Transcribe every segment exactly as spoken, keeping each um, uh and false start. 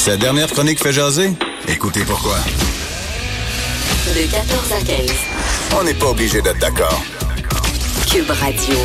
Sa dernière chronique fait jaser? Écoutez pourquoi. De quatorze à quinze. On n'est pas obligé d'être d'accord. Cube Radio.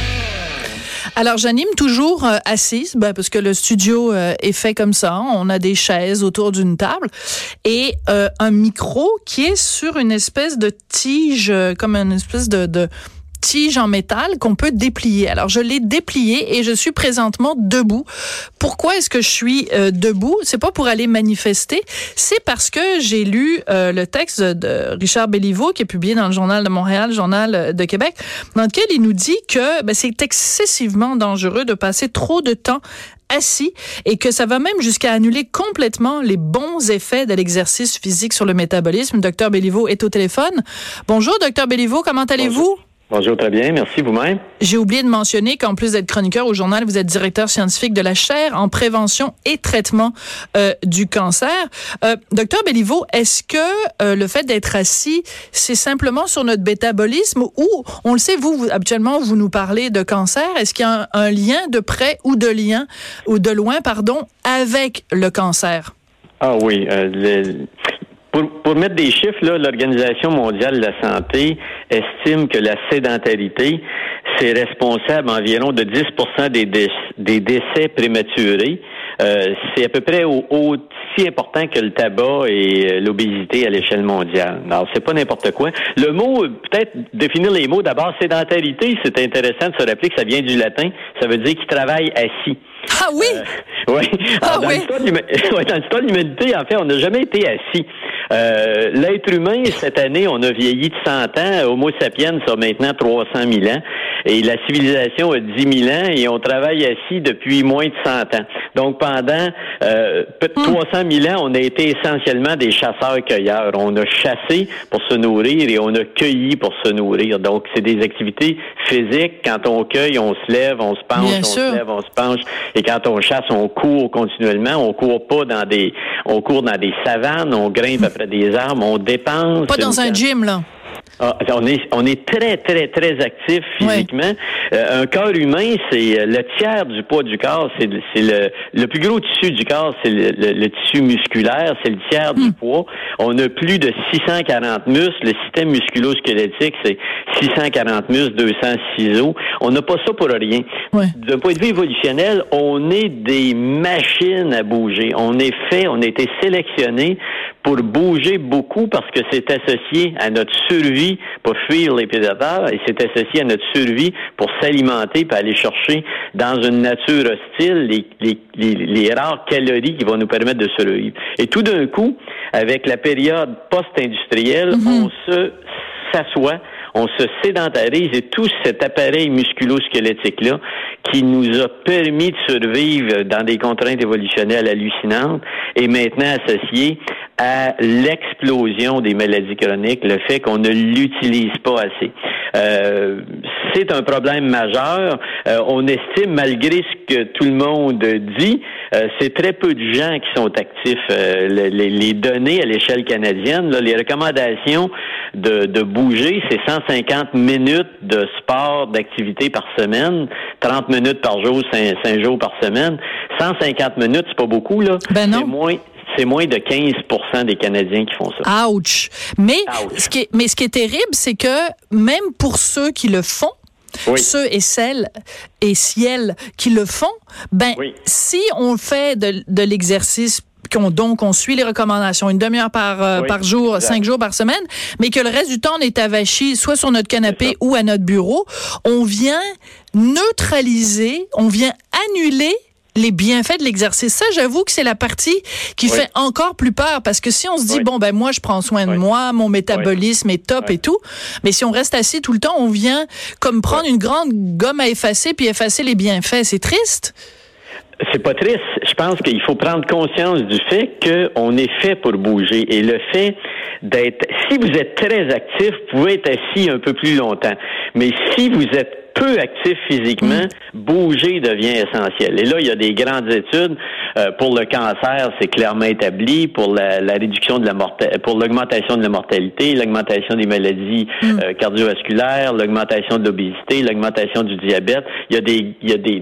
Alors, j'anime toujours euh, assise, ben, parce que le studio euh, est fait comme ça. On a des chaises autour d'une table et euh, un micro qui est sur une espèce de tige, euh, comme une espèce de... de tige en métal qu'on peut déplier. Alors, je l'ai déplié et je suis présentement debout. Pourquoi est-ce que je suis euh, debout? C'est pas pour aller manifester, c'est parce que j'ai lu euh, le texte de Richard Béliveau qui est publié dans le Journal de Montréal, Journal de Québec, dans lequel il nous dit que ben, c'est excessivement dangereux de passer trop de temps assis et que ça va même jusqu'à annuler complètement les bons effets de l'exercice physique sur le métabolisme. Docteur Béliveau est au téléphone. Bonjour, Docteur Béliveau, comment allez-vous? Bonjour. Bonjour, très bien. Merci vous-même. J'ai oublié de mentionner qu'en plus d'être chroniqueur au journal, vous êtes directeur scientifique de la chaire en prévention et traitement euh, du cancer. Euh, Docteur Béliveau, est-ce que euh, le fait d'être assis, c'est simplement sur notre métabolisme ou, on le sait, vous, vous habituellement, vous nous parlez de cancer. Est-ce qu'il y a un, un lien de près ou de lien, ou de loin, pardon, avec le cancer? Ah oui. Euh, le... Pour, pour mettre des chiffres, là, l'Organisation mondiale de la santé estime que la sédentarité, c'est responsable environ de dix pour cent des, dé- des décès prématurés. Euh, c'est à peu près au, aussi important que le tabac et l'obésité à l'échelle mondiale. Alors, c'est pas n'importe quoi. Le mot, peut-être définir les mots, d'abord, sédentarité, c'est intéressant de se rappeler que ça vient du latin. Ça veut dire qu'il travaille assis. Ah oui? Euh, oui. Ah dans, oui. l'histoire de ouais, dans l'histoire de l'humanité, en fait, on n'a jamais été assis. Euh, l'être humain, cette année, on a vieilli de cent ans. Homo sapiens a maintenant trois cent mille ans. Et la civilisation a dix mille ans et on travaille assis depuis moins de cent ans. Donc, pendant euh, trois cent mille ans, on a été essentiellement des chasseurs-cueilleurs. On a chassé pour se nourrir et on a cueilli pour se nourrir. Donc, c'est des activités physiques. Quand on cueille, on se lève, on se penche, Bien on sûr. se lève, on se penche. Et quand on chasse, on court continuellement. On court pas dans des, on court dans des savanes, on grimpe après des arbres, on dépense. Pas dans un gym, là. Ah, on est on est très très très actif physiquement. Ouais. Euh, un corps humain, c'est le tiers du poids du corps. C'est c'est le le plus gros tissu du corps, c'est le, le, le tissu musculaire, c'est le tiers mmh. du poids. On a plus de six cent quarante muscles. Le système musculo-squelettique, c'est six cent quarante muscles, deux cents ciseaux. On n'a pas ça pour rien. Ouais. D'un point de vue évolutionnel, on est des machines à bouger. On est fait, on a été sélectionné pour bouger beaucoup parce que c'est associé à notre survie pour fuir les prédateurs et c'est associé à notre survie pour s'alimenter pour aller chercher dans une nature hostile les, les, les, les rares calories qui vont nous permettre de survivre. Et tout d'un coup, avec la période post-industrielle, mm-hmm. on se s'assoit, on se sédentarise et tout cet appareil musculo-squelettique-là qui nous a permis de survivre dans des contraintes évolutionnelles hallucinantes est maintenant associé à l'explosion des maladies chroniques, le fait qu'on ne l'utilise pas assez. Euh, c'est un problème majeur. Euh, on estime, malgré ce que tout le monde dit, euh, c'est très peu de gens qui sont actifs. Euh, les, les données à l'échelle canadienne, là, les recommandations de, de bouger, c'est cent cinquante minutes de sport, d'activité par semaine, trente minutes par jour, cinq jours par semaine. cent cinquante minutes, c'est pas beaucoup, là. Ben non. C'est moins... C'est moins de quinze pour cent des Canadiens qui font ça. Ouch! Mais, Ouch. Ce, qui est, mais ce qui est terrible, c'est que même pour ceux qui le font, oui. ceux et celles et ciels qui le font, ben, oui. si on fait de, de l'exercice qu'on, donc on suit les recommandations, une demi-heure par, euh, oui, par jour, exact. cinq jours par semaine, mais que le reste du temps, on est avachi soit sur notre canapé ou à notre bureau, on vient neutraliser, on vient annuler les bienfaits de l'exercice. Ça, j'avoue que c'est la partie qui oui. fait encore plus peur parce que si on se dit, oui. bon, ben moi, je prends soin de oui. moi, mon métabolisme oui. est top oui. et tout, mais si on reste assis tout le temps, on vient comme prendre oui. une grande gomme à effacer puis effacer les bienfaits. C'est triste. C'est pas triste. Je pense qu'il faut prendre conscience du fait qu'on est fait pour bouger. Et le fait d'être... Si vous êtes très actif, vous pouvez être assis un peu plus longtemps. Mais si vous êtes peu actif physiquement, mmh. bouger devient essentiel. Et là, il y a des grandes études. Euh, pour le cancer, c'est clairement établi. Pour la, la réduction de la mortalité, pour l'augmentation de la mortalité, l'augmentation des maladies mmh. euh, cardiovasculaires, l'augmentation de l'obésité, l'augmentation du diabète. Il y a des, il y a des, des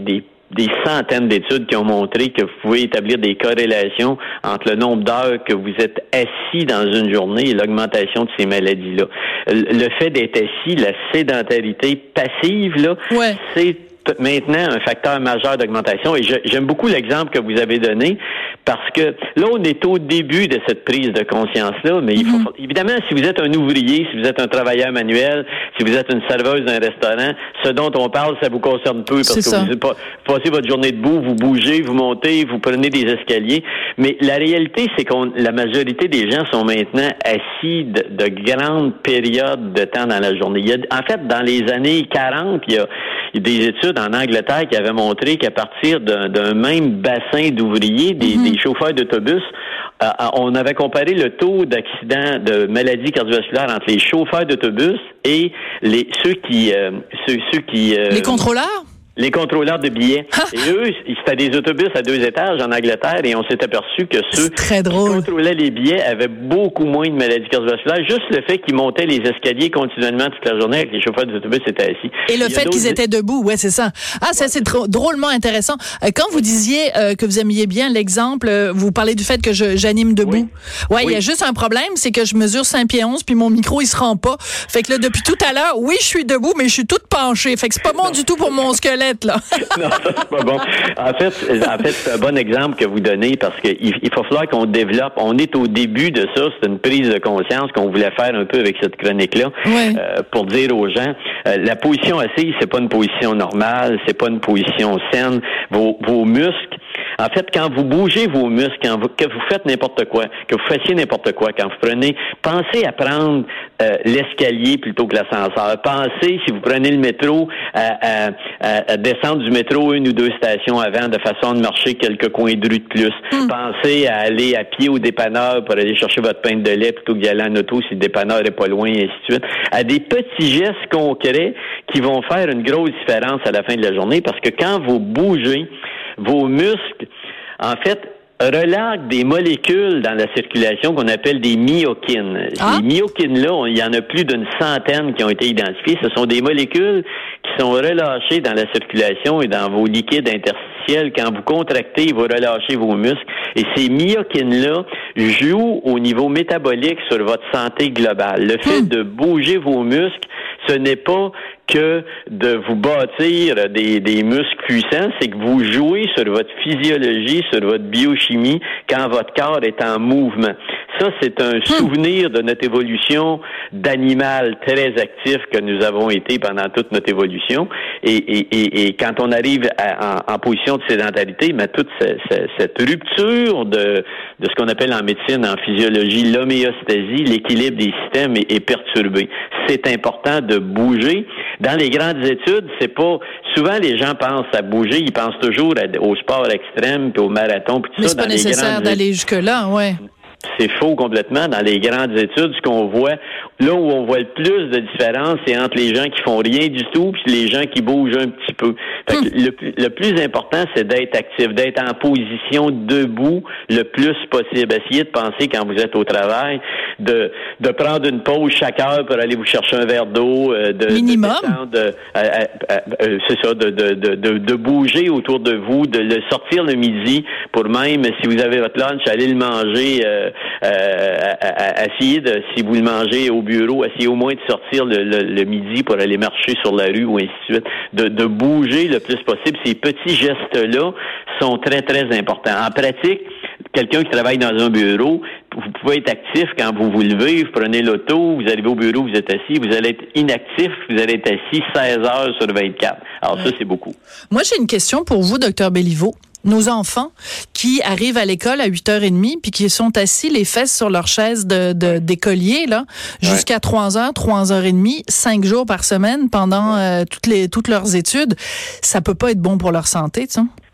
des centaines d'études qui ont montré que vous pouvez établir des corrélations entre le nombre d'heures que vous êtes assis dans une journée et l'augmentation de ces maladies-là. Le fait d'être assis, la sédentarité passive, là, ouais. c'est maintenant un facteur majeur d'augmentation. Et je, j'aime beaucoup l'exemple que vous avez donné parce que là, on est au début de cette prise de conscience-là, mais il faut, mm-hmm. évidemment, si vous êtes un ouvrier, si vous êtes un travailleur manuel, si vous êtes une serveuse d'un restaurant, ce dont on parle, ça vous concerne peu parce C'est que ça. vous passez votre journée debout, vous bougez, vous montez, vous prenez des escaliers. Mais la réalité, c'est qu'on la majorité des gens sont maintenant assis de, de grandes périodes de temps dans la journée. Il y a, en fait, dans les années quarante, il y a, il y a des études en Angleterre qui avaient montré qu'à partir d'un, d'un même bassin d'ouvriers, des, mm-hmm. des chauffeurs d'autobus, euh, on avait comparé le taux d'accidents de maladies cardiovasculaires entre les chauffeurs d'autobus et les ceux qui euh, ceux, ceux qui euh, les contrôleurs. Les contrôleurs de billets. Et eux, c'était des autobus à deux étages en Angleterre et on s'est aperçu que ceux très qui contrôlaient les billets avaient beaucoup moins de maladies cardiovasculaires. Juste le fait qu'ils montaient les escaliers continuellement toute la journée avec les chauffeurs d'autobus étaient assis. Et le fait qu'ils étaient debout, ouais, c'est ça. Ah, ça, c'est drô- drôlement intéressant. Quand vous disiez euh, que vous aimiez bien l'exemple, vous parlez du fait que je, j'anime debout. Oui. Ouais, il oui. y a juste un problème, c'est que je mesure cinq pieds onze puis mon micro, il se rend pas. Fait que là, depuis tout à l'heure, oui, je suis debout, mais je suis toute penchée. Fait que c'est pas bon du tout pour mon squelette. Là. Non, ça, c'est pas bon. En fait, en fait, c'est un bon exemple que vous donnez parce qu'il il faut falloir qu'on développe. On est au début de ça. C'est une prise de conscience qu'on voulait faire un peu avec cette chronique-là ouais. euh, pour dire aux gens, euh, la position assise, c'est pas une position normale, c'est pas une position saine. Vos, vos muscles, en fait, quand vous bougez vos muscles, quand vous, que vous faites n'importe quoi, que vous fassiez n'importe quoi, quand vous prenez, pensez à prendre euh, l'escalier plutôt que l'ascenseur. Pensez, si vous prenez le métro, à, à, à, à descendre du métro une ou deux stations avant de façon de marcher quelques coins de rue de plus. Mm. Pensez à aller à pied au dépanneur pour aller chercher votre pinte de lait plutôt que d'y aller en auto si le dépanneur est pas loin, et ainsi de suite. À des petits gestes concrets qui vont faire une grosse différence à la fin de la journée parce que quand vous bougez, vos muscles, en fait, relâchent des molécules dans la circulation qu'on appelle des myokines. Ah. Ces myokines-là, il y en a plus d'une centaine qui ont été identifiées. Ce sont des molécules qui sont relâchées dans la circulation et dans vos liquides interstitiels. Quand vous contractez, vous relâchez vos muscles. Et ces myokines-là jouent au niveau métabolique sur votre santé globale. Le fait hmm. de bouger vos muscles, ce n'est pas que de vous bâtir des, des muscles puissants, c'est que vous jouez sur votre physiologie, sur votre biochimie quand votre corps est en mouvement. Ça, c'est un souvenir de notre évolution d'animal très actif que nous avons été pendant toute notre évolution. Et, et, et, et quand on arrive à, en, en position de sédentarité, mais toute cette, cette rupture de, de ce qu'on appelle en médecine, en physiologie, l'homéostasie, l'équilibre des systèmes est, est perturbé. C'est important de bouger. Dans les grandes études, c'est pas... Souvent, les gens pensent à bouger, ils pensent toujours à, au sport extrême, puis au marathon, puis tout Mais ça. Mais c'est pas nécessaire d'aller jusque-là, ouais. C'est faux complètement. Dans les grandes études, ce qu'on voit, là où on voit le plus de différence, c'est entre les gens qui font rien du tout puis les gens qui bougent un petit peu. Fait que hum. le, le plus important, c'est d'être actif, d'être en position debout le plus possible. Essayez de penser quand vous êtes au travail, de de prendre une pause chaque heure pour aller vous chercher un verre d'eau, euh, de minimum. De, de, euh, euh, euh, c'est ça, de, de de de de bouger autour de vous, de le sortir le midi pour même si vous avez votre lunch, aller le manger. Euh, Euh, à, à, à essayer de, si vous le mangez au bureau, essayez au moins de sortir le, le, le midi pour aller marcher sur la rue ou ainsi de suite, de, de bouger le plus possible. Ces petits gestes-là sont très, très importants. En pratique, quelqu'un qui travaille dans un bureau, vous pouvez être actif quand vous vous levez, vous prenez l'auto, vous arrivez au bureau, vous êtes assis, vous allez être inactif, vous allez être assis seize heures sur vingt-quatre. Alors ouais. ça, c'est beaucoup. Moi, j'ai une question pour vous, docteur Béliveau. Nos enfants qui arrivent à l'école à huit heures trente puis qui sont assis les fesses sur leur chaise de, de, d'écolier là, jusqu'à ouais. trois heures, trois heures trente, cinq jours par semaine pendant euh, toutes les toutes leurs études, ça peut pas être bon pour leur santé, tu sais.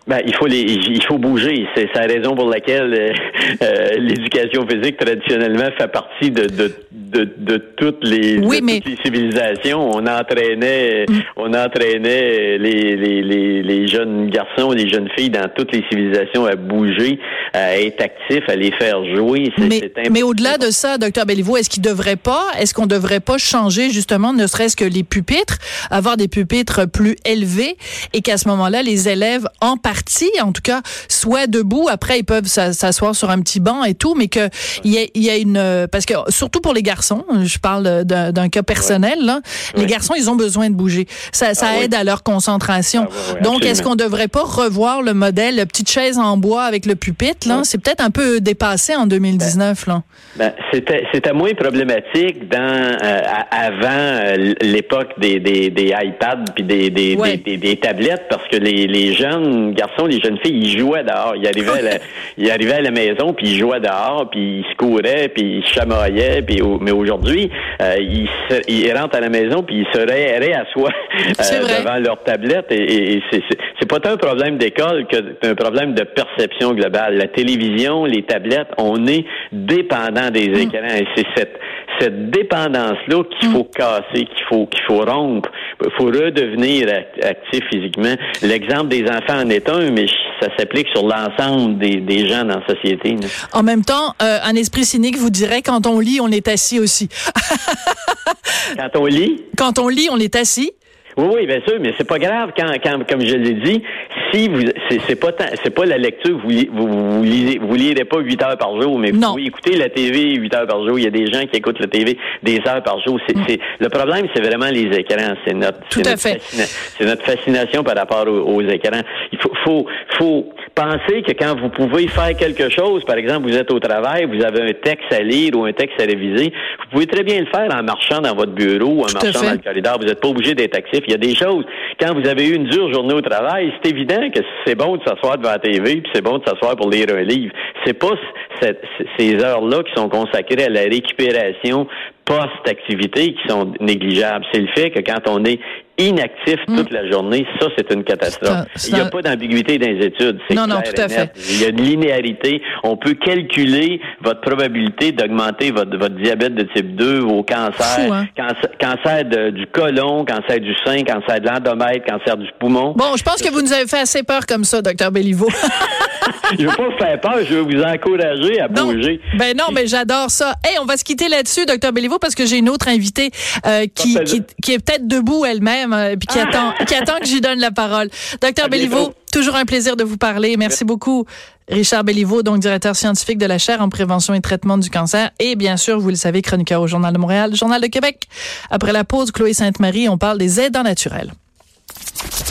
Ben, il faut les, il faut bouger. C'est, c'est la raison pour laquelle euh, euh, l'éducation physique traditionnellement fait partie de de de, de toutes les, oui, de mais... toutes les civilisations. On entraînait, mm. on entraînait les, les les les jeunes garçons, les jeunes filles dans toutes les civilisations à bouger, à être actifs, à les faire jouer. C'est, mais c'est mais au-delà de ça, docteur Béliveau, est-ce qu'il devrait pas, est-ce qu'on devrait pas changer justement, ne serait-ce que les pupitres, avoir des pupitres plus élevés et qu'à ce moment-là, les élèves en partie, en tout cas, soit debout. Après, ils peuvent s'asseoir sur un petit banc et tout, mais que il y a, il y a une, parce que surtout pour les garçons, je parle d'un, d'un cas personnel, là, ouais. les garçons, ils ont besoin de bouger. Ça, ça ah, aide oui. à leur concentration. Ah, oui, oui, Donc, est-ce qu'on devrait pas revoir le modèle, la petite chaise en bois avec le pupitre, là? Oui. C'est peut-être un peu dépassé en deux mille dix-neuf, ben, là. Ben, c'était, c'était moins problématique dans, euh, avant euh, l'époque des, des, des iPads puis des, des, ouais. des, des, des tablettes, parce que les, les jeunes garçons, les jeunes filles, ils jouaient dehors. Ils arrivaient à la, ils arrivaient à la maison, puis ils jouaient dehors, puis ils se couraient, puis ils se chamaillaient. Puis, mais aujourd'hui, euh, ils, se, ils rentrent à la maison, puis ils se réassoient euh, devant leur tablette. Et, et c'est, c'est, c'est pas tant un problème d'école que un problème de perception globale. La télévision, les tablettes, on est dépendant des écrans. Mm. Et c'est cette, cette dépendance-là qu'il faut mm. casser, qu'il faut, qu'il faut rompre. Il faut redevenir actif physiquement. L'exemple des enfants en est un, mais ça s'applique sur l'ensemble des, des gens dans la société. Là. En même temps, euh, un esprit cynique vous dirait, quand on lit, on est assis aussi. Quand on lit? Quand on lit, on est assis. Oui, oui, bien sûr, mais c'est pas grave quand, quand comme je l'ai dit, si vous, c'est, c'est pas tant, c'est pas la lecture, vous, vous, vous lisez, vous lirez pas huit heures par jour, mais non. vous écoutez la T V huit heures par jour. Il y a des gens qui écoutent la T V des heures par jour. C'est, mm. c'est, le problème, c'est vraiment les écrans. C'est notre, Tout c'est à notre fait. Fascina- c'est notre fascination par rapport aux, aux écrans. Il faut, faut, faut penser que quand vous pouvez faire quelque chose, par exemple, vous êtes au travail, vous avez un texte à lire ou un texte à réviser, vous pouvez très bien le faire en marchant dans votre bureau ou en Tout marchant dans le corridor. Vous n'êtes pas obligé d'être actif. Il y a des choses. Quand vous avez eu une dure journée au travail, c'est évident que c'est bon de s'asseoir devant la T V, puis c'est bon de s'asseoir pour lire un livre. C'est pas cette, ces heures-là qui sont consacrées à la récupération post-activité qui sont négligeables. C'est le fait que quand on est inactif toute mmh. la journée, ça, c'est une catastrophe. C'est un, c'est Il n'y a un... pas d'ambiguïté dans les études. C'est non, clair non, tout à fait. Il y a une linéarité. On peut calculer votre probabilité d'augmenter votre, votre diabète de type deux, vos cancers, Fou, hein? cancer, cancer de, du côlon, cancer du sein, cancer de l'endomètre, cancer du poumon. Bon, je pense que vous nous avez fait assez peur comme ça, docteur Béliveau. Je veux pas vous faire peur, je veux vous encourager à non, bouger. Ben non, mais j'adore ça. Hey, on va se quitter là-dessus, docteur Béliveau, parce que j'ai une autre invitée euh, qui, qui, qui est peut-être debout elle-même, euh, puis qui ah. attend, qui attend que je lui donne la parole. Docteur Béliveau, toujours un plaisir de vous parler. Merci beaucoup. Richard Béliveau, donc directeur scientifique de la chaire en prévention et traitement du cancer, et bien sûr, vous le savez, chroniqueur au Journal de Montréal, Journal de Québec. Après la pause, Chloé Sainte-Marie, on parle des aidants naturels.